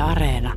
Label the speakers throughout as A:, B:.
A: Areena.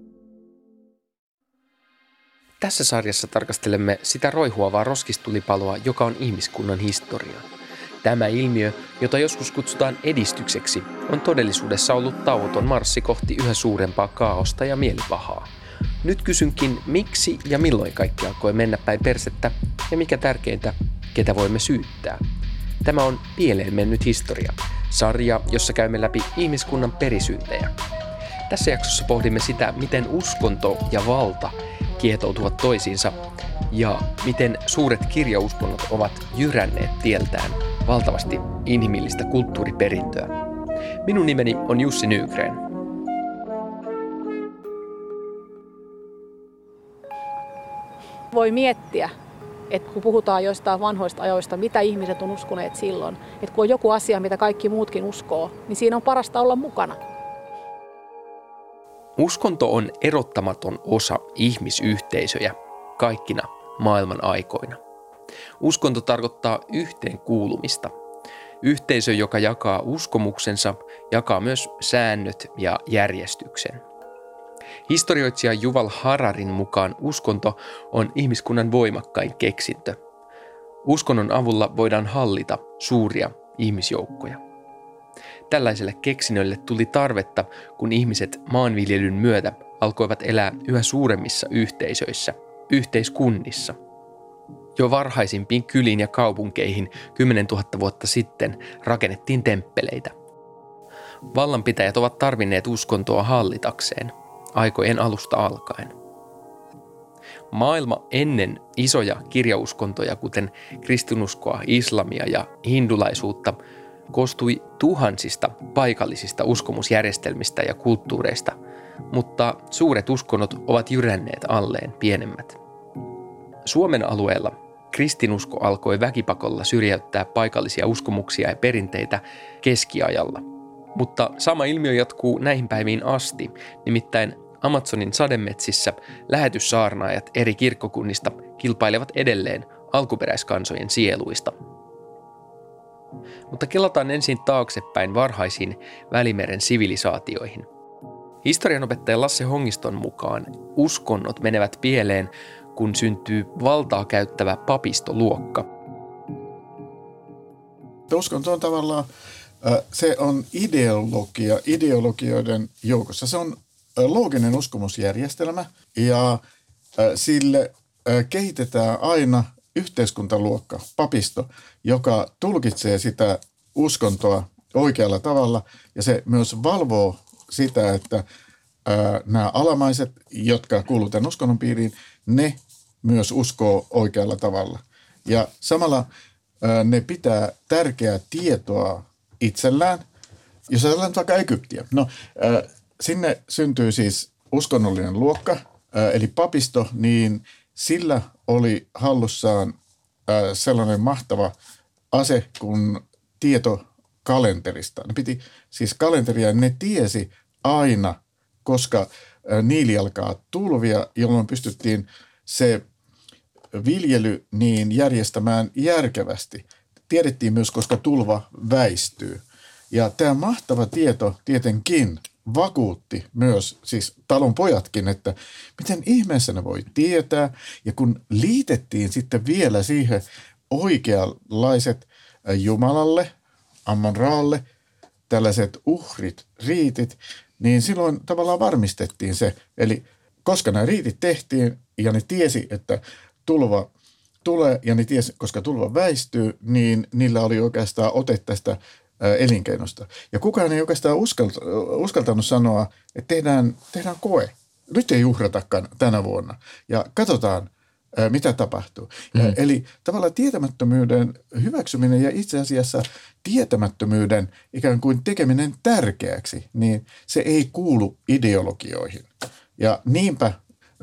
B: Tässä sarjassa tarkastelemme sitä roihuavaa roskistulipaloa, joka on ihmiskunnan historia. Tämä ilmiö, jota joskus kutsutaan edistykseksi, on todellisuudessa ollut tauoton marssi kohti yhä suurempaa kaaosta ja mielipahaa. Nyt kysynkin, miksi ja milloin kaikki alkoi mennä päin persettä ja mikä tärkeintä, ketä voimme syyttää. Tämä on Pieleen mennyt historia, sarja, jossa käymme läpi ihmiskunnan perisyntejä. Tässä jaksossa pohdimme sitä, miten uskonto ja valta kietoutuvat toisiinsa ja miten suuret kirjauskonnot ovat jyränneet tieltään valtavasti inhimillistä kulttuuriperintöä. Minun nimeni on Jussi Nygren.
C: Voi miettiä, että kun puhutaan joistain vanhoista ajoista, mitä ihmiset on uskoneet silloin, että kun on joku asia, mitä kaikki muutkin uskoo, niin siinä on parasta olla mukana.
B: Uskonto on erottamaton osa ihmisyhteisöjä kaikkina maailman aikoina. Uskonto tarkoittaa yhteenkuulumista. Yhteisö, joka jakaa uskomuksensa, jakaa myös säännöt ja järjestyksen. Historioitsija Yuval Hararin mukaan uskonto on ihmiskunnan voimakkain keksintö. Uskonnon avulla voidaan hallita suuria ihmisjoukkoja. Tällaiselle keksinnölle tuli tarvetta, kun ihmiset maanviljelyn myötä alkoivat elää yhä suuremmissa yhteisöissä, yhteiskunnissa. Jo varhaisimpiin kyliin ja kaupunkeihin 10 000 vuotta sitten rakennettiin temppeleitä. Vallanpitäjät ovat tarvinneet uskontoa hallitakseen, aikojen alusta alkaen. Maailma ennen isoja kirjauskontoja, kuten kristinuskoa, islamia ja hindulaisuutta, koostui tuhansista paikallisista uskomusjärjestelmistä ja kulttuureista, mutta suuret uskonnot ovat jyränneet alleen pienemmät. Suomen alueella kristinusko alkoi väkipakolla syrjäyttää paikallisia uskomuksia ja perinteitä keskiajalla. Mutta sama ilmiö jatkuu näihin päiviin asti, nimittäin Amazonin sademetsissä lähetyssaarnaajat eri kirkkokunnista kilpailevat edelleen alkuperäiskansojen sieluista. Mutta kelataan ensin taaksepäin varhaisiin Välimeren sivilisaatioihin. Historianopettaja Lasse Hongiston mukaan uskonnot menevät pieleen, kun syntyy valtaa käyttävä papistoluokka.
D: Uskonto on tavallaan, se on ideologioiden joukossa. Se on looginen uskomusjärjestelmä ja sille kehitetään aina yhteiskuntaluokka, papisto, joka tulkitsee sitä uskontoa oikealla tavalla ja se myös valvoo sitä, että nämä alamaiset, jotka kuuluvat tämän uskonnon piiriin, ne myös uskoo oikealla tavalla. Ja samalla ne pitää tärkeää tietoa itsellään. Jos ajatellaan vaikka Egyptiä, sinne syntyy siis uskonnollinen luokka, eli papisto, niin sillä oli hallussaan sellainen mahtava ase kuin tieto kalenterista. Ne piti siis kalenteria, ne tiesi aina, koska niili alkaa tulvia, jolloin pystyttiin se viljely niin järjestämään järkevästi. Tiedettiin myös, koska tulva väistyy. Ja tämä mahtava tieto tietenkin vakuutti myös siis talon pojatkin, että miten ihmeessä ne voi tietää. Ja kun liitettiin sitten vielä siihen oikeanlaiset Jumalalle, Ammon-Raalle, tällaiset uhrit, riitit, niin silloin tavallaan varmistettiin se. Eli koska nämä riitit tehtiin ja ne tiesi, että tulva tulee ja ne tiesi, koska tulva väistyy, niin niillä oli oikeastaan ote tästä elinkeinosta. Ja kukaan ei oikeastaan uskaltanut sanoa, että tehdään koe. Nyt ei juhratakaan tänä vuonna. Ja katsotaan, mitä tapahtuu. Eli tavallaan tietämättömyyden hyväksyminen ja itse asiassa tietämättömyyden ikään kuin tekeminen tärkeäksi, niin se ei kuulu ideologioihin. Ja niinpä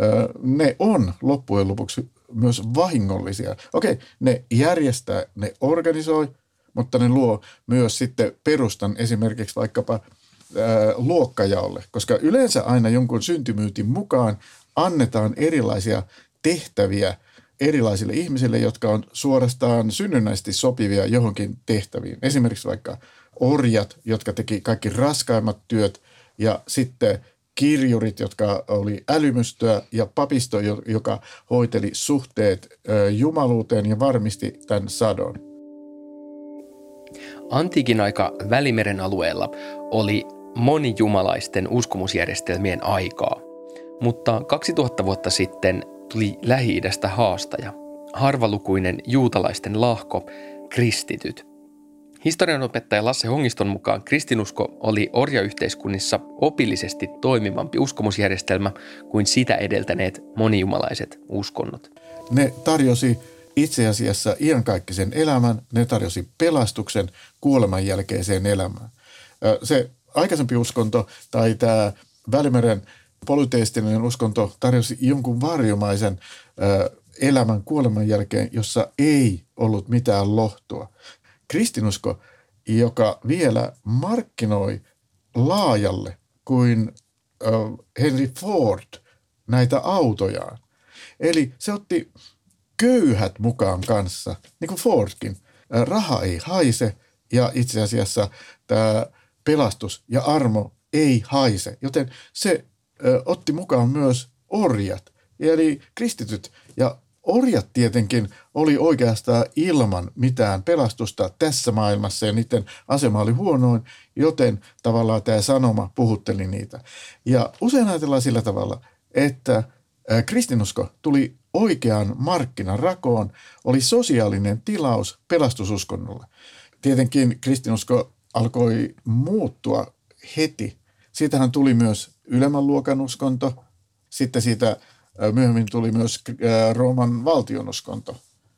D: ne on loppujen lopuksi myös vahingollisia. Okei, ne järjestää, ne organisoi, mutta ne luo myös sitten perustan esimerkiksi vaikkapa luokkajaolle, koska yleensä aina jonkun syntymyytin mukaan annetaan erilaisia tehtäviä erilaisille ihmisille, jotka on suorastaan synnynnäisesti sopivia johonkin tehtäviin. Esimerkiksi vaikka orjat, jotka teki kaikki raskaimmat työt ja sitten kirjurit, jotka oli älymystöä, ja papisto, joka hoiteli suhteet jumaluuteen ja varmisti tämän sadon.
B: Antiikin aika Välimeren alueella oli monijumalaisten uskomusjärjestelmien aikaa, mutta 2000 vuotta sitten tuli Lähi-idästä haastaja, harvalukuinen juutalaisten lahko, kristityt. Historianopettaja Lasse Hongiston mukaan kristinusko oli orjayhteiskunnissa opillisesti toimivampi uskomusjärjestelmä kuin sitä edeltäneet monijumalaiset uskonnot.
D: Ne tarjosi itse asiassa iankaikkisen elämän, ne tarjosi pelastuksen kuoleman jälkeiseen elämään. Se aikaisempi uskonto tai tämä Välimeren polyteistinen uskonto tarjosi jonkun varjomaisen elämän kuoleman jälkeen, jossa ei ollut mitään lohtua. Kristinusko, joka vielä markkinoi laajalle kuin Henry Ford näitä autojaan. Eli se otti köyhät mukaan kanssa, niin kuin Fordkin. Raha ei haise ja itse asiassa tämä pelastus ja armo ei haise, joten se otti mukaan myös orjat, eli kristityt. Ja orjat tietenkin oli oikeastaan ilman mitään pelastusta tässä maailmassa ja niiden asema oli huonoin, joten tavallaan tämä sanoma puhutteli niitä. Ja usein ajatellaan sillä tavalla, että kristinusko tuli oikean markkinan rakoon, oli sosiaalinen tilaus pelastususkonnolle. Tietenkin kristinusko alkoi muuttua heti. Siitähän tuli myös ylemmän luokan uskonto, sitten siitä myöhemmin tuli myös Rooman valtionuskonto.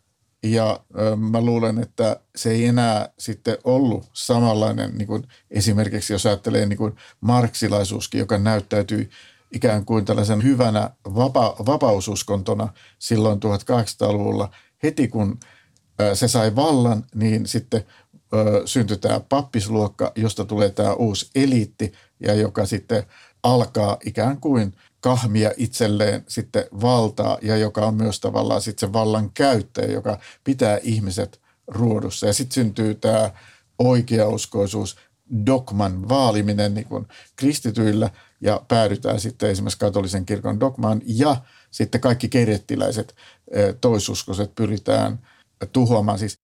D: Ja mä luulen, että se ei enää sitten ollut samanlainen, niin kuin esimerkiksi jos ajattelee niin kuin marksilaisuuskin, joka näyttäytyi ikään kuin tällaisen hyvänä vapaususkontona silloin 1800-luvulla. Heti kun se sai vallan, niin sitten syntyi tämä pappisluokka, josta tulee tämä uusi eliitti ja joka sitten alkaa ikään kuin kahmia itselleen sitten valtaa ja joka on myös tavallaan sitten se vallan käyttäjä, joka pitää ihmiset ruodussa. Ja sitten syntyy tämä oikeauskoisuus, dogman vaaliminen niin kuin kristityillä ja päädytään sitten esimerkiksi katolisen kirkon dogmaan ja sitten kaikki kerettiläiset toisuskoiset pyritään tuhoamaan. Siis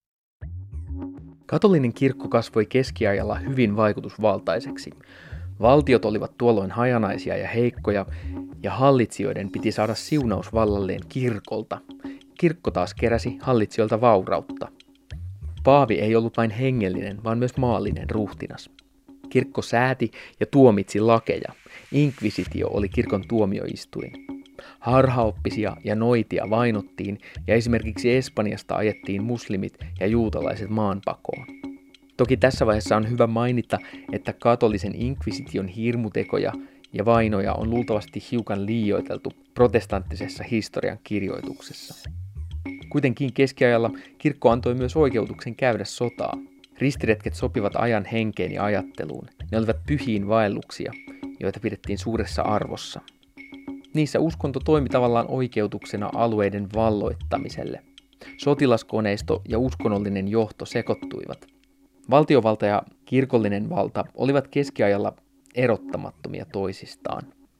B: katolinen kirkko kasvoi keskiajalla hyvin vaikutusvaltaiseksi. Valtiot olivat tuolloin hajanaisia ja heikkoja, ja hallitsijoiden piti saada siunaus vallalleen kirkolta. Kirkko taas keräsi hallitsijoilta vaurautta. Paavi ei ollut vain hengellinen, vaan myös maallinen ruhtinas. Kirkko sääti ja tuomitsi lakeja. Inkvisitio oli kirkon tuomioistuin. Harhaoppisia ja noitia vainottiin, ja esimerkiksi Espanjasta ajettiin muslimit ja juutalaiset maanpakoon. Toki tässä vaiheessa on hyvä mainita, että katolisen inkvisition hirmutekoja ja vainoja on luultavasti hiukan liioiteltu protestanttisessa historian kirjoituksessa. Kuitenkin keskiajalla kirkko antoi myös oikeutuksen käydä sotaa. Ristiretket sopivat ajan henkeen ja ajatteluun. Ne olivat pyhiin vaelluksia, joita pidettiin suuressa arvossa. Niissä uskonto toimi tavallaan oikeutuksena alueiden valloittamiselle. Sotilaskoneisto ja uskonnollinen johto sekoittuivat. Valtiovalta ja kirkollinen valta olivat keskiajalla erottamattomia toisistaan.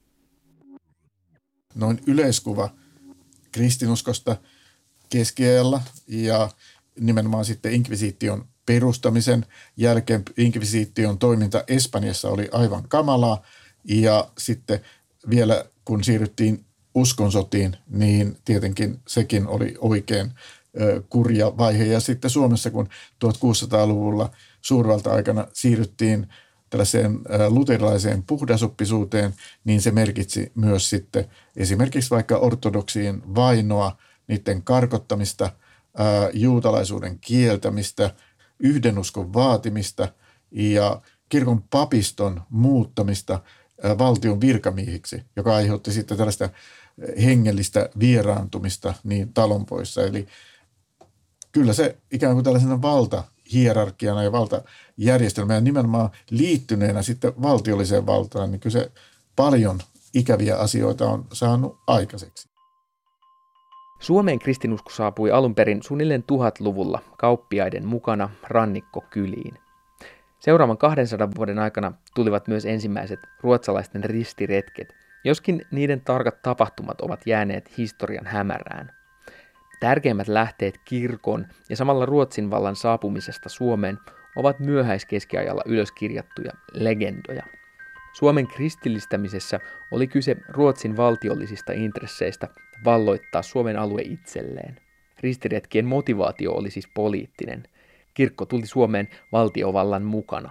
D: Noin yleiskuva kristinuskosta keskiajalla ja nimenomaan sitten inkvisiition perustamisen jälkeen inkvisiition toiminta Espanjassa oli aivan kamalaa ja sitten vielä kun siirryttiin uskonsotiin, niin tietenkin sekin oli oikein kurja vaihe. Ja sitten Suomessa, kun 1600-luvulla suurvalta-aikana siirryttiin tällaiseen luterilaiseen puhdasuppisuuteen, niin se merkitsi myös sitten esimerkiksi vaikka ortodoksien vainoa, niiden karkottamista, juutalaisuuden kieltämistä, yhdenuskon vaatimista ja kirkon papiston muuttamista valtion virkamiehiksi, joka aiheutti sitten tällaista hengellistä vieraantumista niin talonpoissa. Eli kyllä se ikään kuin tällaisena valtahierarkiana ja valtajärjestelmään nimenomaan liittyneenä sitten valtiolliseen valtaan, niin kyllä se paljon ikäviä asioita on saanut aikaiseksi.
B: Suomeen kristinusko saapui alun perin suunnilleen 1000-luvulla kauppiaiden mukana rannikkokyliin. Seuraavan 200 vuoden aikana tulivat myös ensimmäiset ruotsalaisten ristiretket, joskin niiden tarkat tapahtumat ovat jääneet historian hämärään. Tärkeimmät lähteet kirkon ja samalla Ruotsin vallan saapumisesta Suomeen ovat myöhäiskeskiajalla ylöskirjattuja legendoja. Suomen kristillistämisessä oli kyse Ruotsin valtiollisista intresseistä valloittaa Suomen alue itselleen. Ristiretkien motivaatio oli siis poliittinen. Kirkko tuli Suomeen valtiovallan mukana.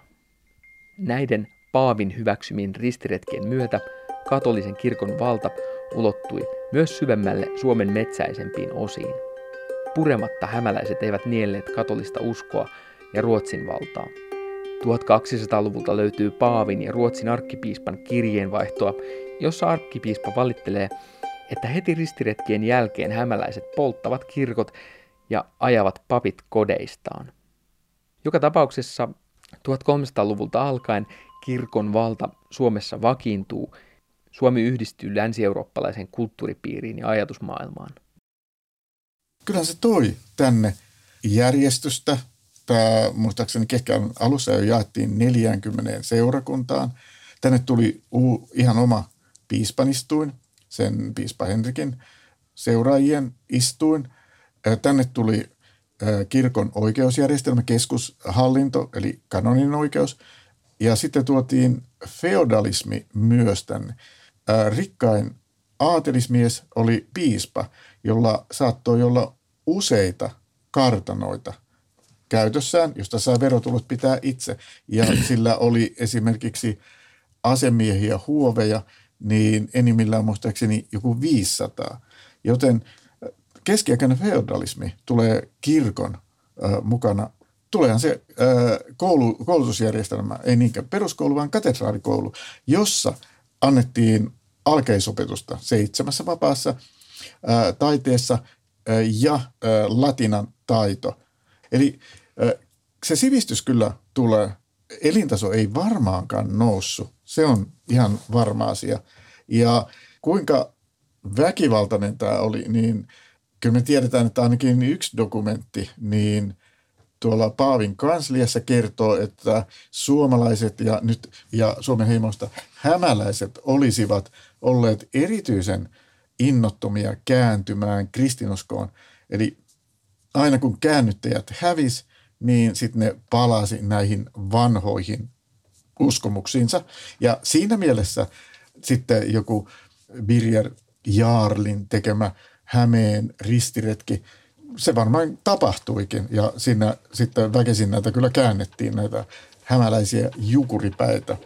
B: Näiden paavin hyväksymien ristiretkien myötä katolisen kirkon valta ulottui myös syvemmälle Suomen metsäisempiin osiin. Purematta hämäläiset eivät nielleet katolista uskoa ja Ruotsin valtaa. 1200-luvulta löytyy paavin ja Ruotsin arkkipiispan kirjeenvaihtoa, jossa arkkipiispa valittelee, että heti ristiretkien jälkeen hämäläiset polttavat kirkot ja ajavat papit kodeistaan. Joka tapauksessa 1300-luvulta alkaen kirkon valta Suomessa vakiintuu. Suomi yhdistyy länsi-eurooppalaiseen kulttuuripiiriin ja ajatusmaailmaan.
D: Kyllähän se toi tänne järjestystä. Tämä muistaakseni keskiajan alussa jo jaettiin 40 seurakuntaan. Tänne tuli ihan oma piispanistuin, sen piispa Henrikin seuraajien istuin. Tänne tuli kirkon oikeusjärjestelmä, keskushallinto eli kanoninen oikeus. Ja sitten tuotiin feodalismi myös tänne. Rikkain aatelismies oli piispa, jolla saattoi olla useita kartanoita käytössään, josta saa verotulot pitää itse. Ja sillä oli esimerkiksi asemiehiä, huoveja, niin enimmillään muistaakseni joku 500. Joten keskiaikainen feodalismi tulee kirkon mukana. Tuleehan se koulutusjärjestelmä, ei niinkään peruskoulu, vaan katedraalikoulu, jossa annettiin alkeisopetusta 7 vapaassa taiteessa ja latinan taito. Eli se sivistys kyllä tulee. Elintaso ei varmaankaan noussut. Se on ihan varma asia. Ja kuinka väkivaltainen tämä oli, niin kyllä me tiedetään, että ainakin yksi dokumentti, niin tuolla Paavin kansliassa kertoo, että suomalaiset ja Suomen heimosta hämäläiset olisivat olleet erityisen innottomia kääntymään kristinuskoon. Eli aina kun käännyttäjät hävisi, niin sitten ne palasi näihin vanhoihin uskomuksiinsa. Ja siinä mielessä sitten joku Birger Jarlin tekemä Hämeen ristiretki, se varmaan tapahtuikin. Ja siinä sitten väkisin näitä kyllä käännettiin näitä hämäläisiä jukuripäitä.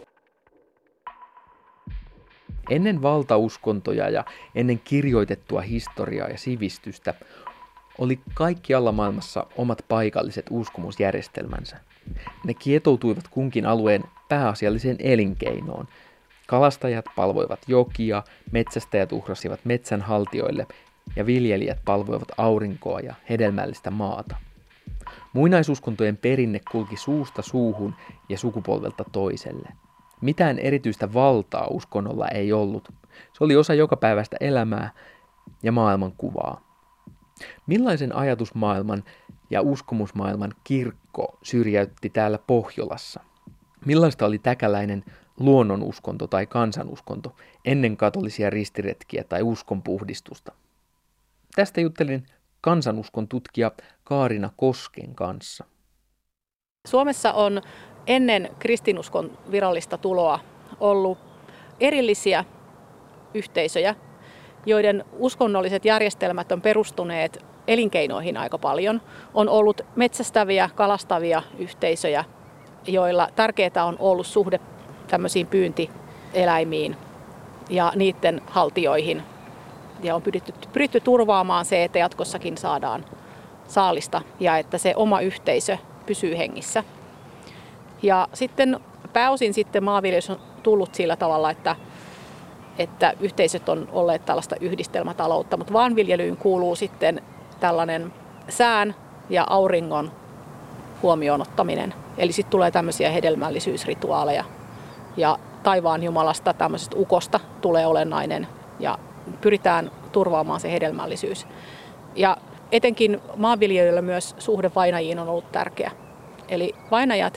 B: Ennen valtauskontoja ja ennen kirjoitettua historiaa ja sivistystä oli kaikkialla maailmassa omat paikalliset uskomusjärjestelmänsä. Ne kietoutuivat kunkin alueen pääasialliseen elinkeinoon. Kalastajat palvoivat jokia, metsästäjät uhrasivat metsänhaltijoille ja viljelijät palvoivat aurinkoa ja hedelmällistä maata. Muinaisuskontojen perinne kulki suusta suuhun ja sukupolvelta toiselle. Mitään erityistä valtaa uskonnolla ei ollut. Se oli osa jokapäiväistä elämää ja maailmankuvaa. Millaisen ajatusmaailman ja uskomusmaailman kirkko syrjäytti täällä Pohjolassa? Millaista oli täkäläinen luonnonuskonto tai kansanuskonto ennen katolisia ristiretkiä tai uskonpuhdistusta? Tästä juttelin kansanuskon tutkija Kaarina Kosken kanssa.
C: Suomessa on ennen kristinuskon virallista tuloa ollut erillisiä yhteisöjä, joiden uskonnolliset järjestelmät on perustuneet elinkeinoihin aika paljon. On ollut metsästäviä, kalastavia yhteisöjä, joilla tärkeää on ollut suhde tämmöisiin pyyntieläimiin ja niiden haltijoihin. Ja on pyritty turvaamaan se, että jatkossakin saadaan saalista ja että se oma yhteisö pysyy hengissä. Ja sitten pääosin sitten maanviljelys on tullut sillä tavalla, että yhteisöt on olleet tällaista yhdistelmätaloutta, mutta maanviljelyyn kuuluu sitten tällainen sään ja auringon huomioon ottaminen. Eli sitten tulee tämmöisiä hedelmällisyysrituaaleja ja taivaan jumalasta, tämmöisestä ukosta tulee olennainen ja pyritään turvaamaan se hedelmällisyys. Ja etenkin maanviljelijöillä myös suhde vainajiin on ollut tärkeä. Eli vainajat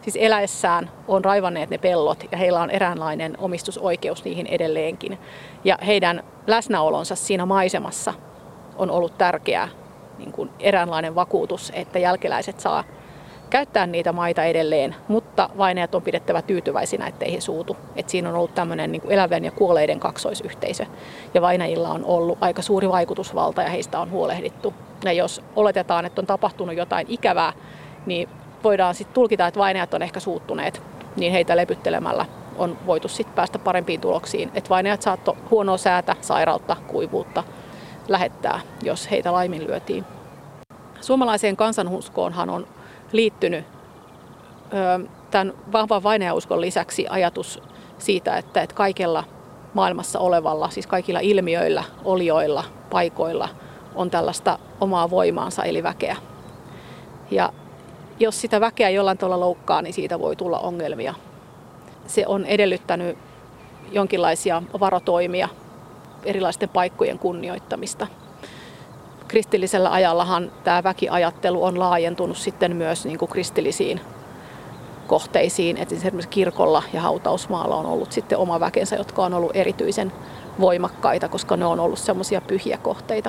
C: siis eläessään on raivanneet ne pellot ja heillä on eräänlainen omistusoikeus niihin edelleenkin. Ja heidän läsnäolonsa siinä maisemassa on ollut tärkeää, niin kuin eräänlainen vakuutus, että jälkeläiset saa käyttää niitä maita edelleen, mutta vainajat on pidettävä tyytyväisinä, ettei he suutu. Et siinä on ollut tämmöinen niin kuin elävien ja kuolleiden kaksoisyhteisö. Ja vainajilla on ollut aika suuri vaikutusvalta ja heistä on huolehdittu. Ja jos oletetaan, että on tapahtunut jotain ikävää, niin voidaan sitten tulkita, että vainajat on ehkä suuttuneet, niin heitä lepyttelemällä on voitu sitten päästä parempiin tuloksiin. Että vainajat saattoi huonoa säätä, sairautta, kuivuutta lähettää, jos heitä laiminlyötiin. Suomalaiseen kansanuskoonhan on liittynyt tämän vahvan vainajauskon lisäksi ajatus siitä, että kaikella maailmassa olevalla, siis kaikilla ilmiöillä, olioilla, paikoilla on tällaista omaa voimaansa eli väkeä. Ja jos sitä väkeä jollain tavalla loukkaa, niin siitä voi tulla ongelmia. Se on edellyttänyt jonkinlaisia varotoimia, erilaisten paikkojen kunnioittamista. Kristillisellä ajallahan tämä väkiajattelu on laajentunut sitten myös niin kuin kristillisiin kohteisiin. Et esimerkiksi kirkolla ja hautausmaalla on ollut sitten oma väkensä, jotka on ollut erityisen voimakkaita, koska ne on ollut semmoisia pyhiä kohteita.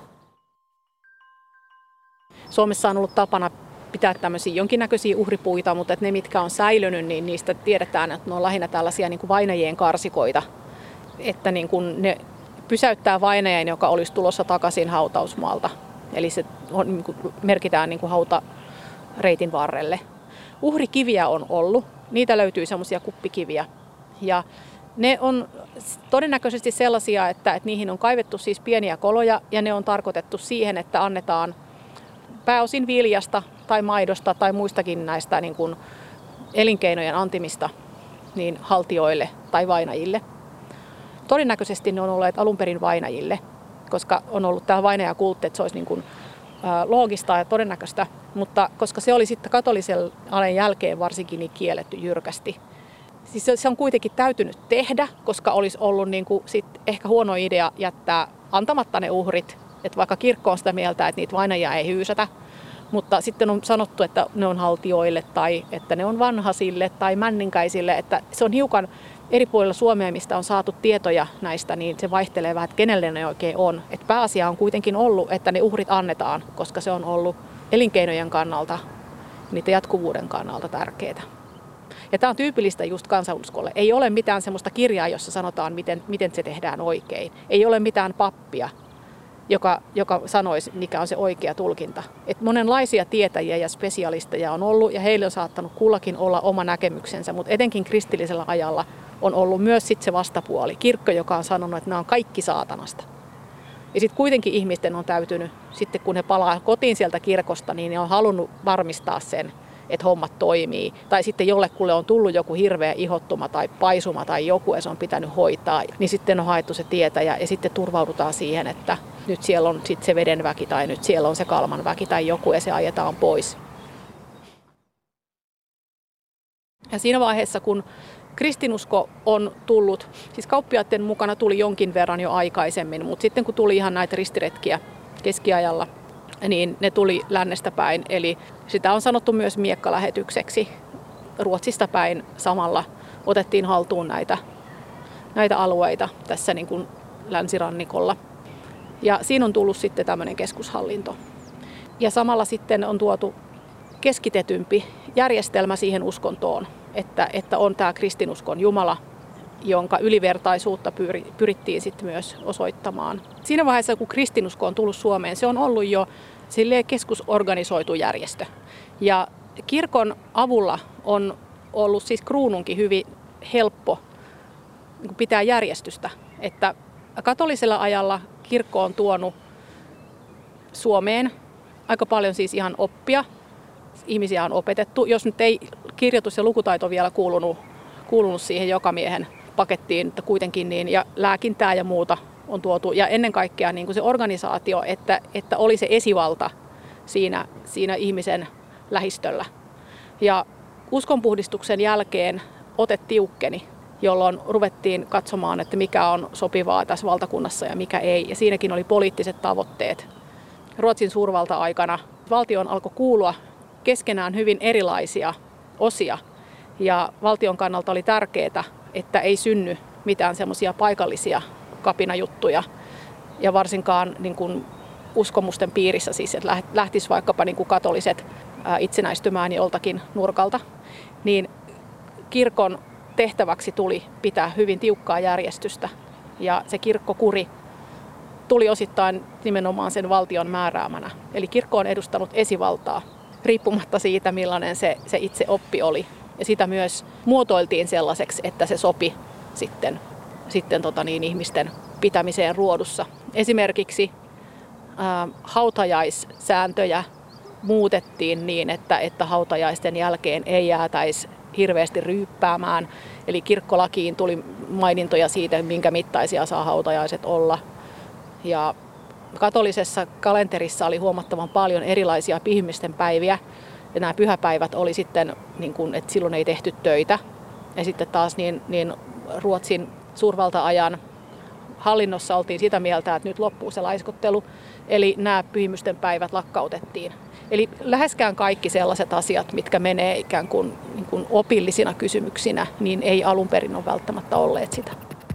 C: Suomessa on ollut tapana pitää tämmöisiä jonkinnäköisiä uhripuita, mutta ne, mitkä on säilynyt, niin niistä tiedetään, että ne on lähinnä tällaisia niin kuin vainajien karsikoita. Että niin kuin ne pysäyttää vainajan, joka olisi tulossa takaisin hautausmaalta. Eli se on, niin kuin merkitään niin kuin hautareitin varrelle. Uhrikiviä on ollut. Niitä löytyy semmoisia kuppikiviä. Ja ne on todennäköisesti sellaisia, että niihin on kaivettu siis pieniä koloja ja ne on tarkoitettu siihen, että annetaan pääosin viljasta tai maidosta tai muistakin näistä niin kuin elinkeinojen antimista niin haltijoille tai vainajille. Todennäköisesti ne on olleet alun perin vainajille, koska on ollut tämä vainajakultti, että se olisi niin kuin loogista ja todennäköistä, mutta koska se oli sitten katolisen alen jälkeen varsinkin niin kielletty jyrkästi. Siis se on kuitenkin täytynyt tehdä, koska olisi ollut niin kuin sit ehkä huono idea jättää antamatta ne uhrit, että vaikka kirkko on sitä mieltä, että niitä vainajia ei hyysätä, mutta sitten on sanottu, että ne on haltijoille tai että ne on vanhasille tai männinkäisille, että se on hiukan eri puolilla Suomea, mistä on saatu tietoja näistä, niin se vaihtelee vähän, että kenelle ne oikein on. Et pääasia on kuitenkin ollut, että ne uhrit annetaan, koska se on ollut elinkeinojen kannalta, niiden jatkuvuuden kannalta tärkeää. Ja tämä on tyypillistä just kansanuskolle. Ei ole mitään sellaista kirjaa, jossa sanotaan, miten se tehdään oikein. Ei ole mitään pappia, joka sanoisi, mikä on se oikea tulkinta. Et monenlaisia tietäjiä ja spesialisteja on ollut, ja heille on saattanut kullakin olla oma näkemyksensä, mutta etenkin kristillisellä ajalla on ollut myös sit se vastapuoli, kirkko, joka on sanonut, että nämä on kaikki saatanasta. Ja sitten kuitenkin ihmisten on täytynyt, sitten kun he palaa kotiin sieltä kirkosta, niin ne on halunnut varmistaa sen, että hommat toimii. Tai sitten jollekulle on tullut joku hirveä ihottuma tai paisuma tai joku, ja se on pitänyt hoitaa. Niin sitten on haettu se tietäjä ja sitten turvaudutaan siihen, että nyt siellä on sitten se vedenväki tai nyt siellä on se kalmanväki tai joku ja se ajetaan pois. Ja siinä vaiheessa, kun kristinusko on tullut, siis kauppiaiden mukana tuli jonkin verran jo aikaisemmin, mutta sitten kun tuli ihan näitä ristiretkiä keskiajalla, niin ne tuli lännestä päin. Eli sitä on sanottu myös miekkalähetykseksi. Ruotsista päin samalla otettiin haltuun näitä alueita tässä niin kuin länsirannikolla. Ja siinä on tullut sitten tämmöinen keskushallinto. Ja samalla sitten on tuotu keskitetympi järjestelmä siihen uskontoon, että on tämä kristinuskon Jumala, jonka ylivertaisuutta pyrittiin sitten myös osoittamaan. Siinä vaiheessa, kun kristinusko on tullut Suomeen, se on ollut jo keskusorganisoitu järjestö. Ja kirkon avulla on ollut siis kruununkin hyvin helppo pitää järjestystä. Että katolisella ajalla kirkko on tuonut Suomeen aika paljon siis ihan oppia. Ihmisiä on opetettu. Jos nyt ei kirjoitus- ja lukutaito vielä kuulunut siihen jokamiehen pakettiin, että kuitenkin niin, ja lääkintää ja muuta on tuotu. Ja ennen kaikkea niin kuin se organisaatio, että oli se esivalta siinä ihmisen lähistöllä. Ja uskonpuhdistuksen jälkeen ote tiukkeni, jolloin ruvettiin katsomaan, että mikä on sopivaa tässä valtakunnassa ja mikä ei. Ja siinäkin oli poliittiset tavoitteet. Ruotsin suurvalta-aikana valtioon alkoi kuulua keskenään hyvin erilaisia osia. Ja valtion kannalta oli tärkeää, että ei synny mitään semmoisia paikallisia kapinajuttuja ja varsinkaan niin kuin uskomusten piirissä, siis että lähtisi vaikkapa niin kuin katoliset itsenäistymään joltakin nurkalta, niin kirkon tehtäväksi tuli pitää hyvin tiukkaa järjestystä ja se kirkkokuri tuli osittain nimenomaan sen valtion määräämänä. Eli kirkko on edustanut esivaltaa riippumatta siitä, millainen se itse oppi oli. Ja sitä myös muotoiltiin sellaiseksi, että se sopi sitten ihmisten pitämiseen ruodussa. Esimerkiksi hautajaissääntöjä muutettiin niin, että hautajaisten jälkeen ei jäätäisi hirveästi ryyppäämään. Eli kirkkolakiin tuli mainintoja siitä, minkä mittaisia saa hautajaiset olla. Ja katolisessa kalenterissa oli huomattavan paljon erilaisia pyhimisten päiviä. Ja nämä pyhäpäivät oli sitten, niin kuin, että silloin ei tehty töitä. Ja sitten taas niin Ruotsin suurvalta-ajan hallinnossa oltiin sitä mieltä, että nyt loppuu se laiskottelu. Eli nämä pyhimysten päivät lakkautettiin. Eli läheskään kaikki sellaiset asiat, mitkä menee ikään kuin, opillisina kysymyksinä, niin ei alun perin ole välttämättä olleet sitä.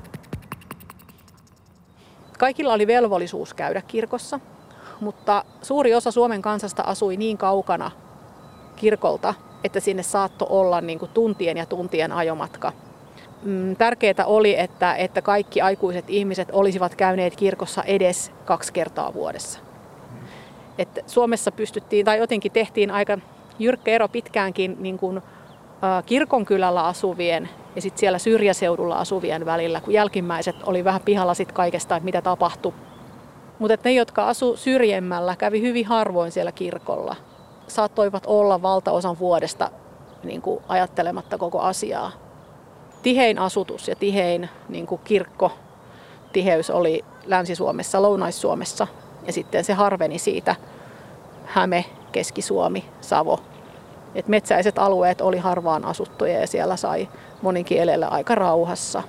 C: Kaikilla oli velvollisuus käydä kirkossa, mutta suuri osa Suomen kansasta asui niin kaukana kirkolta, että sinne saattoi olla niin kuin tuntien ja tuntien ajomatka. Tärkeää oli, että kaikki aikuiset ihmiset olisivat käyneet kirkossa edes 2 kertaa vuodessa. Että Suomessa pystyttiin, tai jotenkin tehtiin aika jyrkkä ero pitkäänkin niin kuin kirkonkylällä asuvien ja sitten siellä syrjäseudulla asuvien välillä, kun jälkimmäiset oli vähän pihalla sit kaikesta, että mitä tapahtui. Mutta ne, jotka asu syrjemmällä, kävi hyvin harvoin siellä kirkolla. Saattoivat olla valtaosan vuodesta niin kuin ajattelematta koko asiaa. Tihein asutus ja tihein niin kuin kirkkotiheys oli Länsi-Suomessa, Lounais-Suomessa ja sitten se harveni siitä Häme, Keski-Suomi, Savo. Et metsäiset alueet oli harvaan asuttuja ja siellä sai monin kielellä aika rauhassa.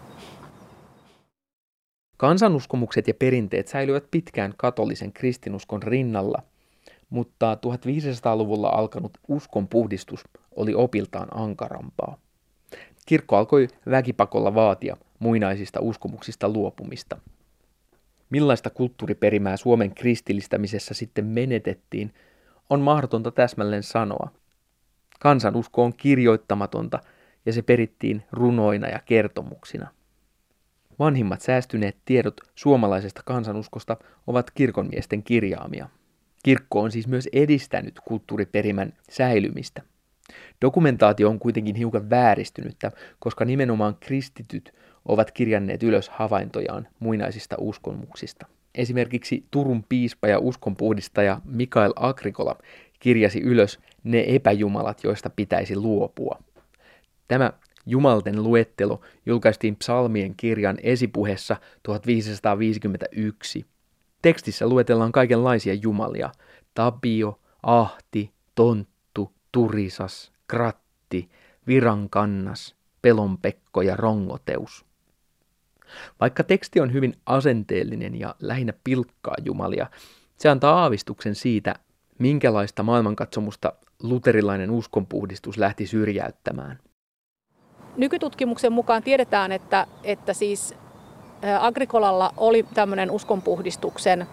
B: Kansanuskomukset ja perinteet säilyivät pitkään katolisen kristinuskon rinnalla, mutta 1500-luvulla alkanut uskonpuhdistus oli opiltaan ankarampaa. Kirkko alkoi väkipakolla vaatia muinaisista uskomuksista luopumista. Millaista kulttuuriperimää Suomen kristillistämisessä sitten menetettiin, on mahdotonta täsmälleen sanoa. Kansanusko on kirjoittamatonta ja se perittiin runoina ja kertomuksina. Vanhimmat säästyneet tiedot suomalaisesta kansanuskosta ovat kirkonmiesten kirjaamia. Kirkko on siis myös edistänyt kulttuuriperimän säilymistä. Dokumentaatio on kuitenkin hiukan vääristynyttä, koska nimenomaan kristityt ovat kirjanneet ylös havaintojaan muinaisista uskomuksista. Esimerkiksi Turun piispa ja uskonpuhdistaja Mikael Agricola kirjasi ylös ne epäjumalat, joista pitäisi luopua. Tämä jumalten luettelo julkaistiin Psalmien kirjan esipuheessa 1551. Tekstissä luetellaan kaikenlaisia jumalia: Tapio, Ahti, Tonttu, Turisas, Kratti, Virankannas, Pelonpekko ja Rongoteus. Vaikka teksti on hyvin asenteellinen ja lähinnä pilkkaa jumalia, se antaa aavistuksen siitä, minkälaista maailmankatsomusta luterilainen uskonpuhdistus lähti syrjäyttämään.
C: Nykytutkimuksen mukaan tiedetään, että siis Agricolalla oli tämmöinen uskonpuhdistuksen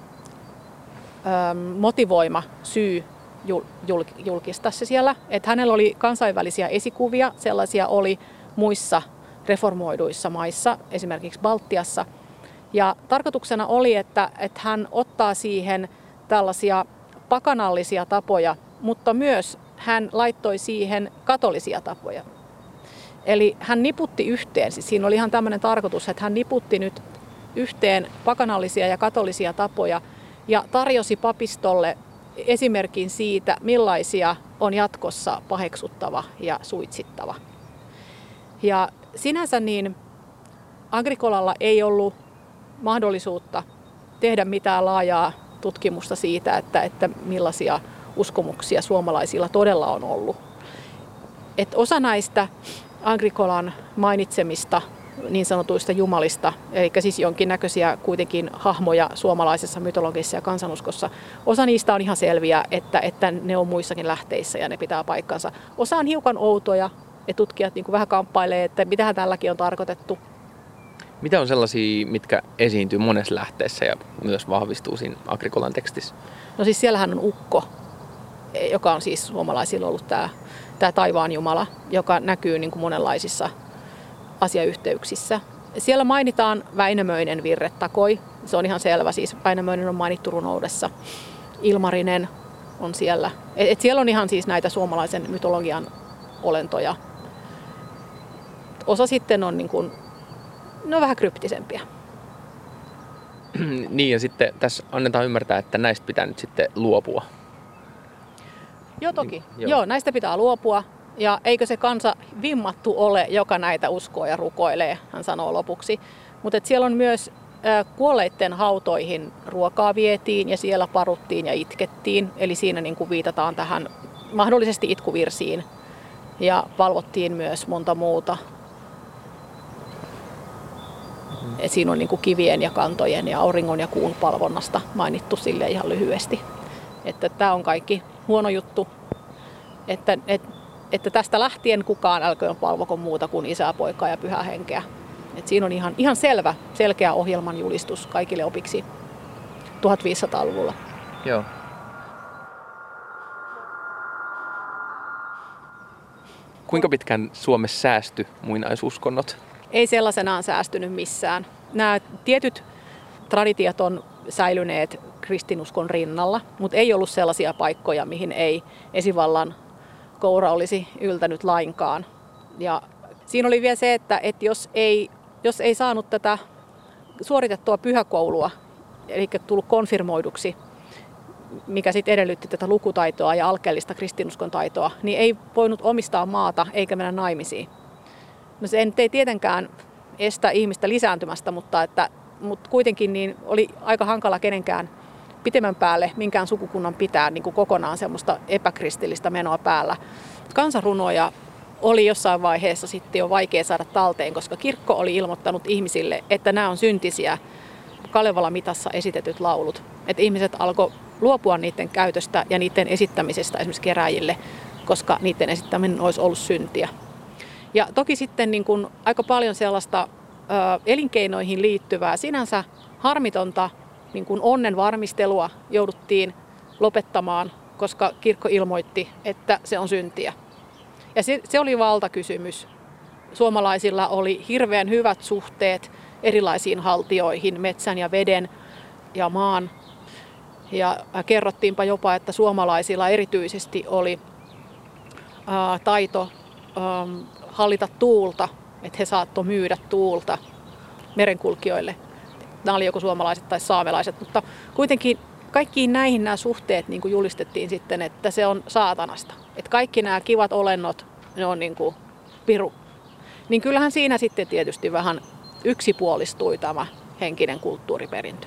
C: motivoima syy julkistaa se siellä. Että hänellä oli kansainvälisiä esikuvia, sellaisia oli muissa reformoiduissa maissa, esimerkiksi Baltiassa. Ja tarkoituksena oli, että hän ottaa siihen tällaisia pakanallisia tapoja, mutta myös hän laittoi siihen katolisia tapoja. Eli hän niputti yhteen, siis siinä oli ihan tämmöinen tarkoitus, että hän niputti nyt yhteen pakanallisia ja katolisia tapoja ja tarjosi papistolle esimerkin siitä, millaisia on jatkossa paheksuttava ja suitsittava. Ja sinänsä niin Agricolalla ei ollut mahdollisuutta tehdä mitään laajaa tutkimusta siitä, että millaisia uskomuksia suomalaisilla todella on ollut. Et osa näistä Agricolan mainitsemista niin sanotuista jumalista, eli siis jonkinnäköisiä kuitenkin hahmoja suomalaisessa mytologisessa ja kansanuskossa. Osa niistä on ihan selviä, että ne on muissakin lähteissä ja ne pitää paikkansa. Osa on hiukan outoja ja tutkijat niin kuin vähän kamppailee, että mitähän tälläkin on tarkoitettu.
B: Mitä on sellaisia, mitkä esiintyy monessa lähteessä ja myös vahvistuu siinä Agricolan tekstissä?
C: No siis siellähän on ukko, joka on siis suomalaisilla ollut tämä taivaan jumala, joka näkyy niin kuin monenlaisissa asiayhteyksissä. Siellä mainitaan Väinämöinen virretakoi, se on ihan selvä, siis Väinämöinen on mainittu runoudessa. Ilmarinen on siellä. Et siellä on ihan siis näitä suomalaisen mytologian olentoja. Osa sitten on niin kuin, ne on vähän kryptisempiä.
B: Niin ja sitten tässä annetaan ymmärtää, että näistä pitää nyt sitten luopua.
C: Joo toki. Joo, näistä pitää luopua. Ja eikö se kansa vimmattu ole, joka näitä uskoo ja rukoilee, hän sanoo lopuksi. Mutta siellä on myös kuolleiden hautoihin ruokaa vietiin ja siellä paruttiin ja itkettiin. Eli siinä niin kuin viitataan tähän mahdollisesti itkuvirsiin. Ja palvottiin myös monta muuta. Et siinä on niin kuin kivien ja kantojen ja auringon ja kuun palvonnasta mainittu sille ihan lyhyesti. Että tämä on kaikki huono juttu. Että tästä lähtien kukaan älköön palvoko muuta kuin Isää, Poikaa ja Pyhää Henkeä. Et siinä on ihan selkeä ohjelman julistus kaikille opiksi 1500-luvulla.
B: Joo. Kuinka pitkään Suomessa säästyi muinaisuskonnot?
C: Ei sellaisenaan säästynyt missään. Nämä tietyt traditiot on säilyneet kristinuskon rinnalla, mutta ei ollut sellaisia paikkoja, mihin ei esivallan koura olisi yltänyt lainkaan. Ja siinä oli vielä se, että jos ei saanut tätä suoritettua pyhäkoulua, eli tullut konfirmoiduksi, mikä sitten edellytti tätä lukutaitoa ja alkeellista kristinuskon taitoa, niin ei voinut omistaa maata eikä mennä naimisiin. No se ei tietenkään estä ihmistä lisääntymästä, mutta kuitenkin niin oli aika hankala kenenkään pitemmän päälle minkään sukukunnan pitää niin kuin kokonaan semmoista epäkristillistä menoa päällä. Kansanrunoja oli jossain vaiheessa sitten jo vaikea saada talteen, koska kirkko oli ilmoittanut ihmisille, että nämä on syntisiä Kalevalan mitassa esitetyt laulut. Että ihmiset alkoi luopua niiden käytöstä ja niiden esittämisestä esimerkiksi keräjille, koska niiden esittäminen olisi ollut syntiä. Ja toki sitten niin kuin aika paljon sellaista elinkeinoihin liittyvää sinänsä harmitonta niin kuin onnen varmistelua jouduttiin lopettamaan, koska kirkko ilmoitti, että se on syntiä. Ja se oli valtakysymys. Suomalaisilla oli hirveän hyvät suhteet erilaisiin haltioihin, metsän ja veden ja maan. Ja kerrottiinpa jopa, että suomalaisilla erityisesti oli taito hallita tuulta, että he saattoi myydä tuulta merenkulkijoille. Nämä oli joko suomalaiset tai saamelaiset, mutta kuitenkin kaikkiin näihin nämä suhteet niin kuin julistettiin sitten, että se on saatanasta. Että kaikki nämä kivat olennot, ne on niin kuin piru. Niin kyllähän siinä sitten tietysti vähän yksipuolistui tämä henkinen kulttuuriperintö.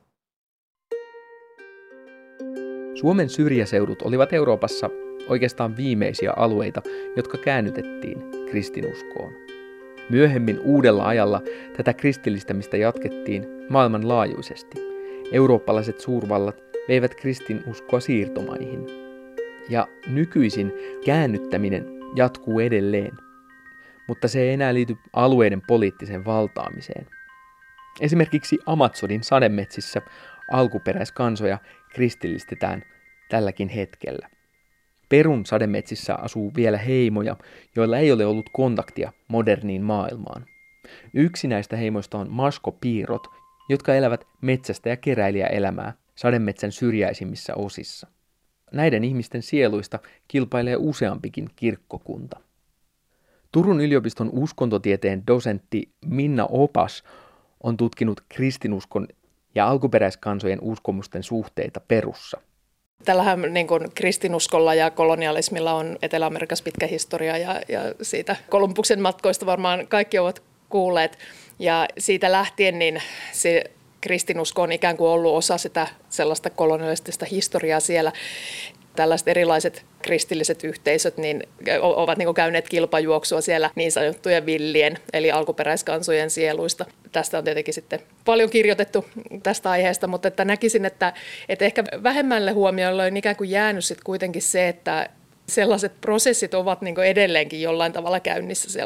B: Suomen syrjäseudut olivat Euroopassa oikeastaan viimeisiä alueita, jotka käännytettiin kristinuskoon. Myöhemmin uudella ajalla tätä kristillistämistä jatkettiin maailmanlaajuisesti. Eurooppalaiset suurvallat veivät kristinuskoa siirtomaihin. Ja nykyisin käännyttäminen jatkuu edelleen, mutta se ei enää liity alueiden poliittiseen valtaamiseen. Esimerkiksi Amazonin sademetsissä alkuperäiskansoja kristillistetään tälläkin hetkellä. Perun sademetsissä asuu vielä heimoja, joilla ei ole ollut kontaktia moderniin maailmaan. Yksi näistä heimoista on maskopiirot, jotka elävät metsästä ja keräilijäelämää sademetsän syrjäisimmissä osissa. Näiden ihmisten sieluista kilpailee useampikin kirkkokunta. Turun yliopiston uskontotieteen dosentti Minna Opas on tutkinut kristinuskon ja alkuperäiskansojen uskomusten suhteita Perussa.
A: Tällähän niin kuin kristinuskolla ja kolonialismilla on Etelä-Amerikassa pitkä historia ja siitä Kolumbuksen matkoista varmaan kaikki ovat kuulleet. Ja siitä lähtien niin se kristinusko on ikään kuin ollut osa sitä sellaista kolonialistista historiaa siellä. Tällaiset erilaiset kristilliset yhteisöt niin ovat niin kuin käyneet kilpajuoksua siellä niin sanottujen villien, eli alkuperäiskansojen sieluista. Tästä on tietenkin sitten paljon kirjoitettu tästä aiheesta, mutta että näkisin, että ehkä vähemmälle huomiolle on ikään kuin jäänyt sitten kuitenkin se, että sellaiset prosessit ovat niin kuin edelleenkin jollain tavalla käynnissä siellä.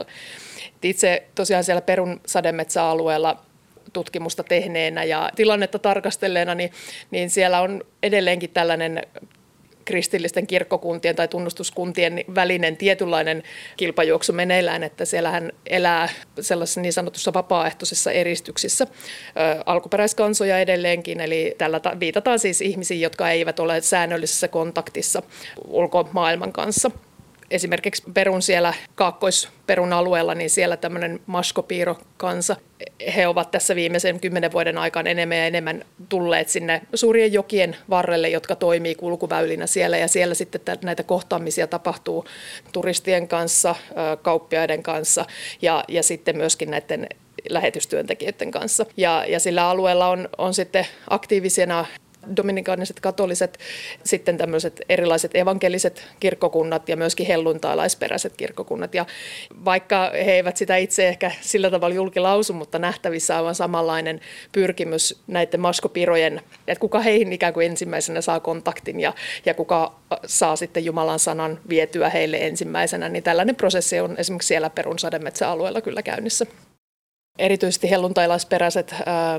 A: Itse tosiaan siellä Perun sademetsäalueella tutkimusta tehneenä ja tilannetta tarkastelleena, niin siellä on edelleenkin tällainen kristillisten kirkkokuntien tai tunnustuskuntien välinen tietynlainen kilpajuoksu meneillään, että siellähän elää sellaisissa niin sanotussa vapaaehtoisissa eristyksissä alkuperäiskansoja edelleenkin, eli tällä viitataan siis ihmisiin, jotka eivät ole säännöllisessä kontaktissa ulkomaailman kanssa. Esimerkiksi Perun siellä Kaakkois-Perun alueella, niin siellä tämmöinen Maskopiiro-kansa, he ovat tässä viimeisen 10 vuoden aikana enemmän ja enemmän tulleet sinne suurien jokien varrelle, jotka toimii kulkuväylinä siellä. Ja siellä sitten näitä kohtaamisia tapahtuu turistien kanssa, kauppiaiden kanssa ja sitten myöskin näiden lähetystyöntekijöiden kanssa. Ja sillä alueella on sitten aktiivisena dominikaaniset katoliset, sitten tämmöiset erilaiset evankeliset kirkkokunnat ja myöskin helluntalaisperäiset kirkkokunnat. Ja vaikka he eivät sitä itse ehkä sillä tavalla julkilausu, mutta nähtävissä on aivan samanlainen pyrkimys näiden maskopirojen, että kuka heihin ikään kuin ensimmäisenä saa kontaktin ja kuka saa sitten Jumalan sanan vietyä heille ensimmäisenä, niin tällainen prosessi on esimerkiksi siellä Perun sademetsäalueella kyllä käynnissä. Erityisesti helluntalaisperäiset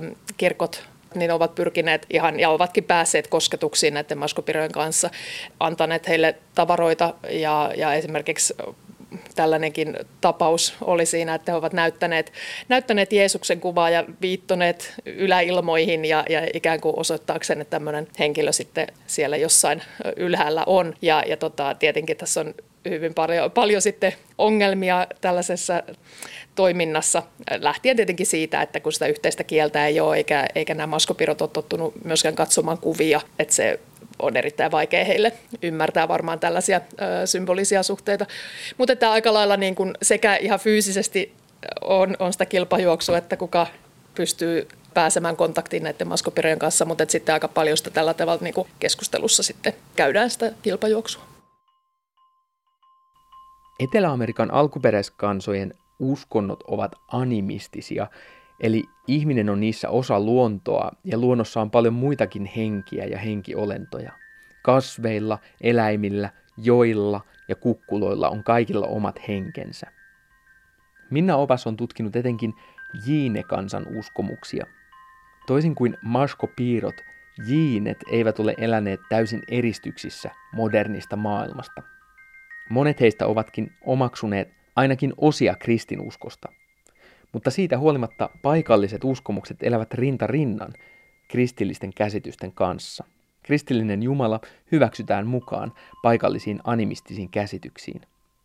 A: kirkot niin ovat pyrkineet ihan ja ovatkin päässeet kosketuksiin näiden maskopirojen kanssa, antaneet heille tavaroita ja esimerkiksi tällainenkin tapaus oli siinä, että he ovat näyttäneet Jeesuksen kuvaa ja viittoneet yläilmoihin ja ikään kuin osoittaakseen, että tämmöinen henkilö sitten siellä jossain ylhäällä on. Ja tietenkin tässä on hyvin paljon sitten ongelmia tällaisessa toiminnassa, lähtien tietenkin siitä, että kun sitä yhteistä kieltä ei ole, eikä nämä maskopirot ole tottunut myöskään katsomaan kuvia, että se on erittäin vaikea heille ymmärtää varmaan tällaisia symbolisia suhteita. Mutta että aika lailla niin kuin sekä ihan fyysisesti on sitä kilpajuoksua, että kuka pystyy pääsemään kontaktiin näiden maskopirojen kanssa, mutta että sitten aika paljon sitä tällä tavalla niin kuin keskustelussa sitten käydään sitä kilpajuoksua.
B: Etelä-Amerikan alkuperäiskansojen uskonnot ovat animistisia, eli ihminen on niissä osa luontoa ja luonnossa on paljon muitakin henkiä ja henkiolentoja. Kasveilla, eläimillä, joilla ja kukkuloilla on kaikilla omat henkensä. Minna Opas on tutkinut etenkin Jiine-kansan uskomuksia. Toisin kuin maskopiirot, jiinet eivät ole eläneet täysin eristyksissä modernista maailmasta. Monet heistä ovatkin omaksuneet ainakin osia kristinuskosta, mutta siitä huolimatta paikalliset uskomukset elävät rinta rinnan kristillisten käsitysten kanssa. Kristillinen Jumala hyväksytään mukaan paikallisiin animistisiin käsityksiin.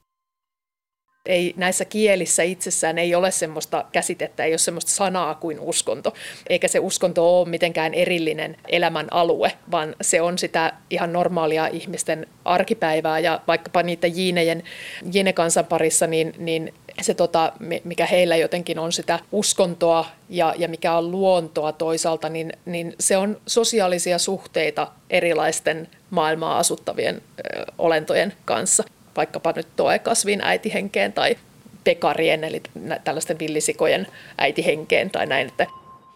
A: Ei näissä kielissä itsessään ei ole semmoista käsitettä, ei ole semmoista sanaa kuin uskonto, eikä se uskonto ole mitenkään erillinen elämän alue, vaan se on sitä ihan normaalia ihmisten arkipäivää ja vaikkapa niiden jiine-kansan parissa, niin se mikä heillä jotenkin on sitä uskontoa ja mikä on luontoa toisaalta, niin se on sosiaalisia suhteita erilaisten maailmaa asuttavien olentojen kanssa. Vaikkapa nyt kasvin äitihenkeen tai pekarien, eli tällaisten villisikojen äitihenkeen tai näin. Että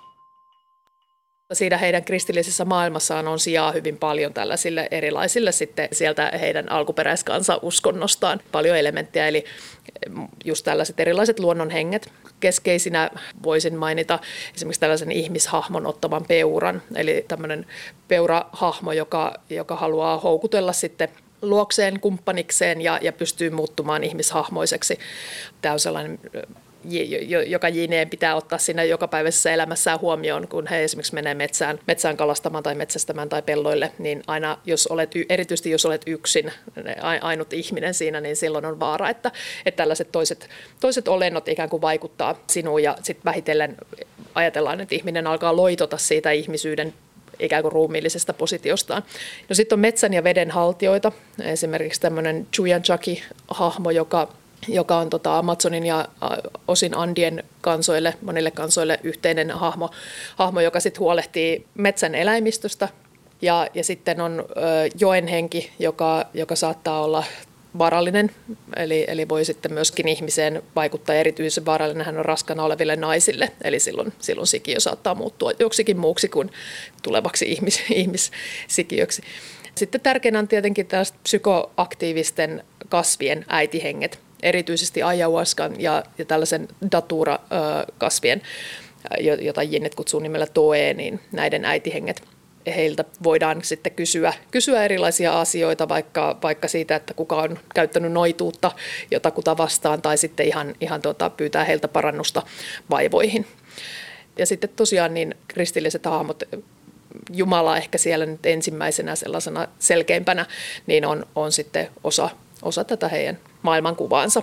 A: siinä heidän kristillisessä maailmassaan on sijaa hyvin paljon tällaisille erilaisille sitten sieltä heidän alkuperäiskansauskonnostaan paljon elementtejä, eli just tällaiset erilaiset luonnonhenget. Keskeisinä voisin mainita esimerkiksi tällaisen ihmishahmon ottavan peuran, eli tämmöinen peurahahmo, joka haluaa houkutella sitten luokseen kumppanikseen ja pystyy muuttumaan ihmishahmoiseksi. Tämä on sellainen, joka jiineen pitää ottaa siinä jokapäiväisessä elämässään huomioon, kun he esimerkiksi menee metsään kalastamaan tai metsästämään tai pelloille, niin aina erityisesti jos olet yksin, ainut ihminen siinä, niin silloin on vaara, että tällaiset toiset olennot ikään kuin vaikuttaa sinuun ja sitten vähitellen ajatellaan, että ihminen alkaa loitota siitä ihmisyyden ikään kuin ruumiillisesta positiostaan. No sitten on metsän ja veden haltijoita, esimerkiksi tämmöinen Chuyanchaki-hahmo, joka on Amazonin ja osin Andien kansoille, monille kansoille yhteinen hahmo joka sitten huolehtii metsän eläimistöstä. Ja sitten on joen henki, joka saattaa olla vaarallinen, eli voi sitten myöskin ihmiseen vaikuttaa. Erityisen vaarallinen hän on raskana oleville naisille, eli silloin sikiö saattaa muuttua joksikin muuksi kuin tulevaksi ihmissikiöksi. Sitten tärkeänä on tietenkin tällaiset psykoaktiivisten kasvien äitihenget, erityisesti ayahuascan ja tällaisen datura-kasvien, jota jinnet kutsuu nimellä toe, niin näiden äitihenget. Heiltä voidaan sitten kysyä erilaisia asioita, vaikka siitä, että kuka on käyttänyt noituutta jotakuta vastaan, tai sitten ihan pyytää heiltä parannusta vaivoihin. Ja sitten tosiaan niin kristilliset hahmot, Jumala ehkä siellä nyt ensimmäisenä sellaisena selkeimpänä, niin on sitten osa tätä heidän maailmankuvaansa.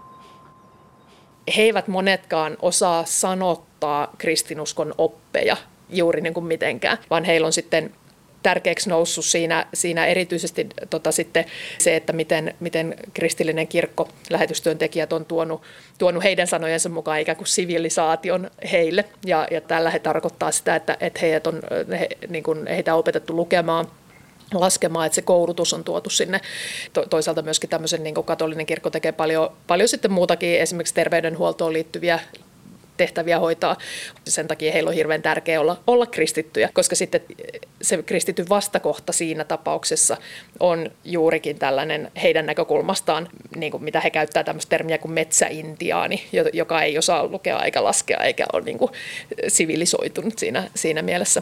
A: He eivät monetkaan osaa sanottaa kristinuskon oppeja juuri niin kuin mitenkään, vaan heillä on sitten tärkeäksi noussut siinä erityisesti sitten se, että miten kristillinen kirkko, lähetystyöntekijät on tuonut heidän sanojensa mukaan ikään kuin sivilisaation heille. Ja tällä he tarkoittaa sitä, että heitä on opetettu lukemaan, laskemaan, että se koulutus on tuotu sinne. Toisaalta myöskin tämmöisen niin kuin katolinen kirkko tekee paljon sitten muutakin, esimerkiksi terveydenhuoltoon liittyviä tehtäviä hoitaa. Sen takia heillä on hirveän tärkeää olla kristittyjä, koska sitten se kristitty vastakohta siinä tapauksessa on juurikin tällainen heidän näkökulmastaan, niin kuin mitä he käyttää tämmöistä termiä kuin metsäintiaani, joka ei osaa lukea eikä laskea eikä ole niin kuin sivilisoitunut siinä mielessä.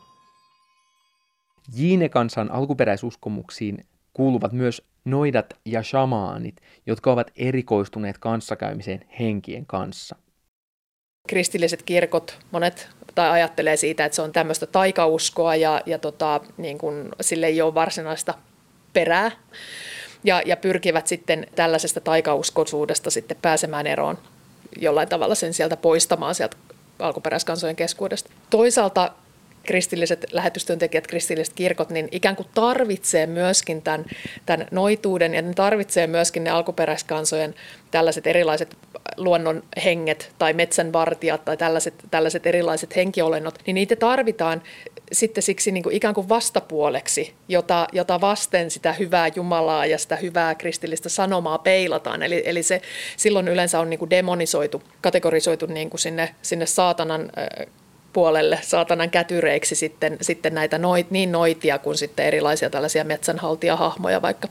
B: Jiine-kansan alkuperäisuskomuksiin kuuluvat myös noidat ja shamaanit, jotka ovat erikoistuneet kanssakäymiseen henkien kanssa.
A: Kristilliset kirkot, monet ajattelee siitä, että se on tämmöistä taikauskoa ja niin kuin, sille ei ole varsinaista perää ja pyrkivät sitten tällaisesta taikauskoisuudesta sitten pääsemään eroon jollain tavalla sen sieltä poistamaan sieltä alkuperäiskansojen keskuudesta. Toisaalta kristilliset lähetystyöntekijät, kristilliset kirkot, niin ikään kuin tarvitsee myöskin tämän noituuden ja ne tarvitsee myöskin ne alkuperäiskansojen tällaiset erilaiset luonnon henget tai metsänvartijat tai tällaiset erilaiset henkiolennot, niin niitä tarvitaan sitten siksi niin kuin ikään kuin vastapuoleksi, jota vasten sitä hyvää Jumalaa ja sitä hyvää kristillistä sanomaa peilataan. Eli se silloin yleensä on niin kuin demonisoitu, kategorisoitu niin kuin sinne saatanan puolelle, saatanan kätyreiksi sitten näitä niin noitia kuin sitten erilaisia tällaisia metsänhaltijahahmoja vaikka.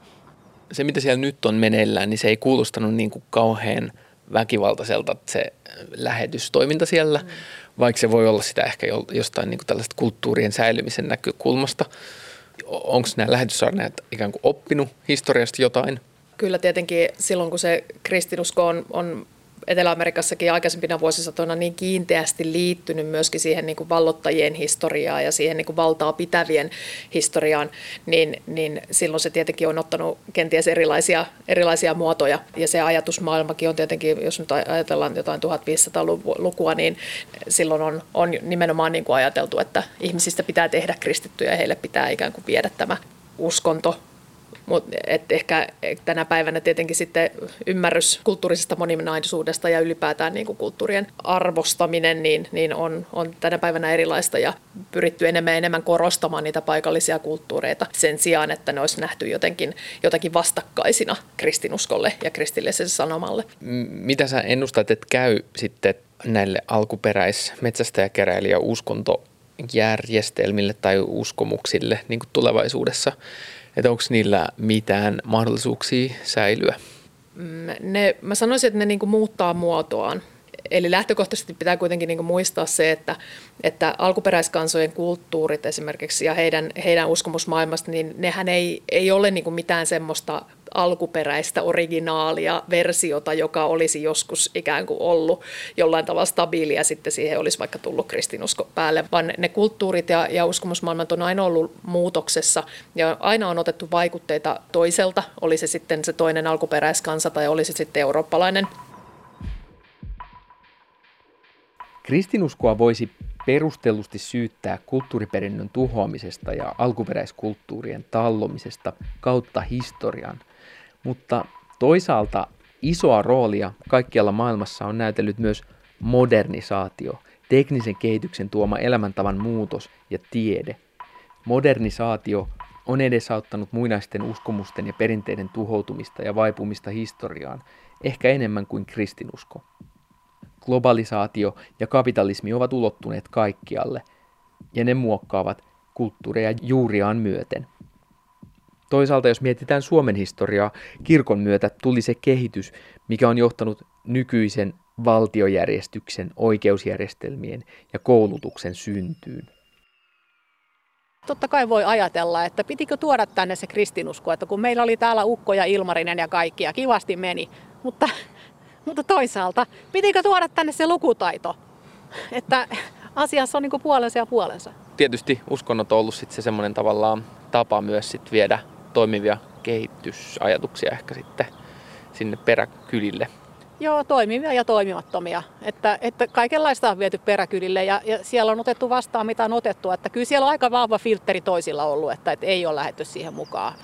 E: Se, mitä siellä nyt on meneillään, niin se ei kuulostanut niin kuin kauhean väkivaltaiselta se lähetystoiminta siellä, vaikka se voi olla sitä ehkä jostain niin kuin tällaista kulttuurien säilymisen näkökulmasta. Onko nämä lähetyssaarnaajat ikään kuin oppinut historiasta jotain?
A: Kyllä tietenkin silloin, kun se kristinusko on Etelä-Amerikassakin aikaisempina vuosisatoina niin kiinteästi liittynyt myöskin siihen niin kuin vallottajien historiaan ja siihen niin kuin valtaa pitävien historiaan, niin silloin se tietenkin on ottanut kenties erilaisia muotoja. Ja se ajatusmaailmakin on tietenkin, jos nyt ajatellaan jotain 1500-lukua, niin silloin on nimenomaan niin kuin ajateltu, että ihmisistä pitää tehdä kristittyjä ja heille pitää ikään kuin viedä tämä uskonto. Mutta ehkä tänä päivänä tietenkin sitten ymmärrys kulttuurisesta moninaisuudesta ja ylipäätään niin kuin kulttuurien arvostaminen niin on tänä päivänä erilaista ja pyritty enemmän korostamaan niitä paikallisia kulttuureita sen sijaan, että ne olisi nähty jotenkin vastakkaisina kristinuskolle ja kristilliselle sanomalle.
E: Mitä sä ennustat, että käy sitten näille alkuperäismetsästäjäkeräilijä uskontojärjestelmille tai uskomuksille niin kuin tulevaisuudessa? Että onko niillä mitään mahdollisuuksia säilyä?
A: Mä sanoisin, että ne niinku muuttaa muotoaan. Eli lähtökohtaisesti pitää kuitenkin niinku muistaa se, että alkuperäiskansojen kulttuurit esimerkiksi ja heidän uskomusmaailmasta, niin nehän ei ole niinku mitään semmoista alkuperäistä originaalia versiota, joka olisi joskus ikään kuin ollut jollain tavalla stabiilia ja sitten siihen olisi vaikka tullut kristinusko päälle, vaan ne kulttuurit ja uskomusmaailmat on aina ollut muutoksessa ja aina on otettu vaikutteita toiselta, oli se sitten se toinen alkuperäiskansa tai oli se sitten eurooppalainen.
B: Kristinuskoa voisi perustellusti syyttää kulttuuriperinnön tuhoamisesta ja alkuperäiskulttuurien tallomisesta kautta historian, mutta toisaalta Isoa roolia kaikkialla maailmassa on näytellyt myös modernisaatio, teknisen kehityksen tuoma elämäntavan muutos ja tiede. Modernisaatio on edesauttanut muinaisten uskomusten ja perinteiden tuhoutumista ja vaipumista historiaan, ehkä enemmän kuin kristinusko. Globalisaatio ja kapitalismi ovat ulottuneet kaikkialle, ja ne muokkaavat kulttuureja juuriaan myöten. Toisaalta jos mietitään Suomen historiaa, kirkon myötä tuli se kehitys, mikä on johtanut nykyisen valtiojärjestyksen, oikeusjärjestelmien ja koulutuksen syntyyn.
C: Totta kai voi ajatella, että pitikö tuoda tänne se kristinusko, että kun meillä oli täällä Ukko ja Ilmarinen ja kaikki ja kivasti meni, mutta toisaalta pitikö tuoda tänne se lukutaito, että asiassa on niin kuin puolensa ja puolensa.
E: Tietysti uskonnot on ollut sitten se semmoinen tavallaan tapa myös sit viedä toimivia kehitysajatuksia ehkä sitten sinne peräkylille.
C: Joo, toimivia ja toimimattomia. Että kaikenlaista on viety peräkylille ja siellä on otettu vastaan mitä on otettu. Että kyllä siellä on aika vahva filtteri toisilla ollut, että ei ole lähdetty siihen mukaan.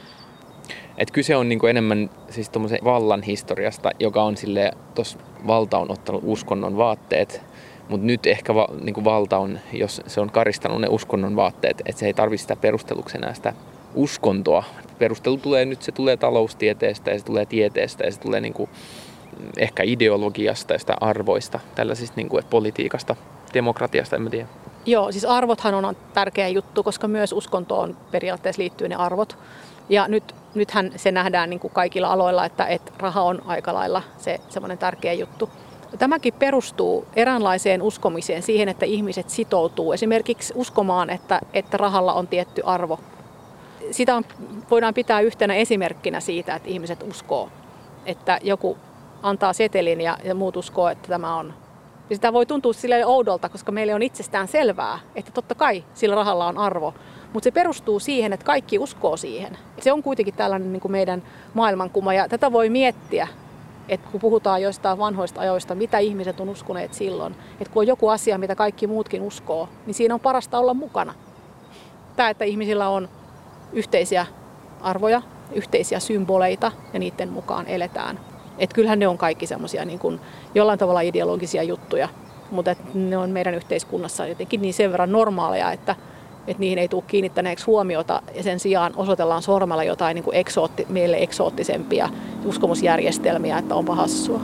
E: Et kyse on niinku enemmän siis tommosen vallan historiasta, joka on silleen, tuossa valta on ottanut uskonnon vaatteet, mutta nyt ehkä niinku valta on, jos se on karistanut ne uskonnon vaatteet, että se ei tarvitse sitä perusteluksena sitä uskontoa. Perustelu tulee nyt, se tulee taloustieteestä ja se tulee tieteestä ja se tulee niinku ehkä ideologiasta ja sitä arvoista, tällaisista niinku politiikasta, demokratiasta, en mä tiedä.
C: Joo, siis arvothan on tärkeä juttu, koska myös uskontoon periaatteessa liittyy ne arvot. Ja nythän se nähdään niin kuin kaikilla aloilla, että raha on aika lailla se semmoinen tärkeä juttu. Tämäkin perustuu eräänlaiseen uskomiseen siihen, että ihmiset sitoutuu esimerkiksi uskomaan, että rahalla on tietty arvo. Sitä voidaan pitää yhtenä esimerkkinä siitä, että ihmiset uskoo, että joku antaa setelin ja muut uskoo, että tämä on. Ja sitä voi tuntua silleen oudolta, koska meille on itsestään selvää, että totta kai sillä rahalla on arvo. Mutta se perustuu siihen, että kaikki uskoo siihen. Se on kuitenkin tällainen niin kuin meidän maailmankuva ja tätä voi miettiä, että kun puhutaan joistain vanhoista ajoista, mitä ihmiset on uskoneet silloin. Että kun on joku asia, mitä kaikki muutkin uskoo, niin siinä on parasta olla mukana. Tämä, että ihmisillä on yhteisiä arvoja, yhteisiä symboleita ja niiden mukaan eletään. Että kyllähän ne on kaikki semmoisia niin kuin jollain tavalla ideologisia juttuja, mutta ne on meidän yhteiskunnassa jotenkin niin sen verran normaaleja, että niihin ei tule kiinnittäneeksi huomiota ja sen sijaan osoitellaan sormella jotain niin kuin meille eksoottisempia uskomusjärjestelmiä, että onpa hassua.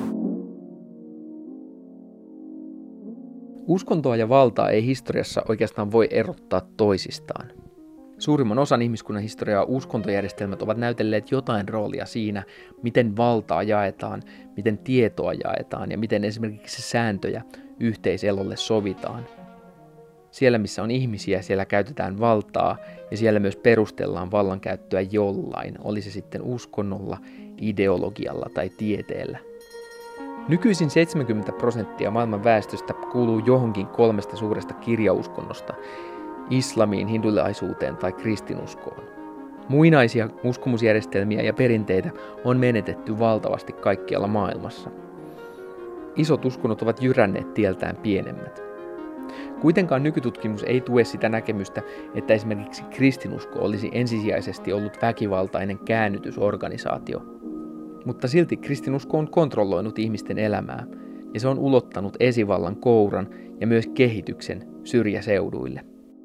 B: Uskontoa ja valtaa ei historiassa oikeastaan voi erottaa toisistaan. Suurimman osan ihmiskunnan historiaa uskontojärjestelmät ovat näytelleet jotain roolia siinä, miten valtaa jaetaan, miten tietoa jaetaan ja miten esimerkiksi sääntöjä yhteiselolle sovitaan. Siellä, missä on ihmisiä, siellä käytetään valtaa ja siellä myös perustellaan vallankäyttöä jollain, oli se sitten uskonnolla, ideologialla tai tieteellä. Nykyisin 70% maailman väestöstä kuuluu johonkin 3 suuresta kirjauskonnosta, islamiin, hinduilaisuuteen tai kristinuskoon. Muinaisia uskomusjärjestelmiä ja perinteitä on menetetty valtavasti kaikkialla maailmassa. Isot uskonnot ovat jyränneet tieltään pienemmät. Kuitenkaan nykytutkimus ei tue sitä näkemystä, että esimerkiksi kristinusko olisi ensisijaisesti ollut väkivaltainen käännytysorganisaatio. Mutta silti kristinusko on kontrolloinut ihmisten elämää, ja se on ulottanut esivallan kouran ja myös kehityksen syrjäseuduille.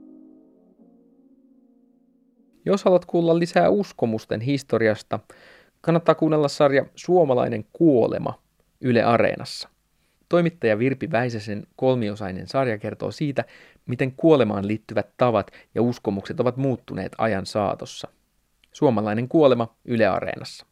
B: Jos haluat kuulla lisää uskomusten historiasta, kannattaa kuunnella sarja Suomalainen kuolema Yle Areenassa. Toimittaja Virpi Väisäsen 3-osainen sarja kertoo siitä, miten kuolemaan liittyvät tavat ja uskomukset ovat muuttuneet ajan saatossa. Suomalainen kuolema Yle Areenassa.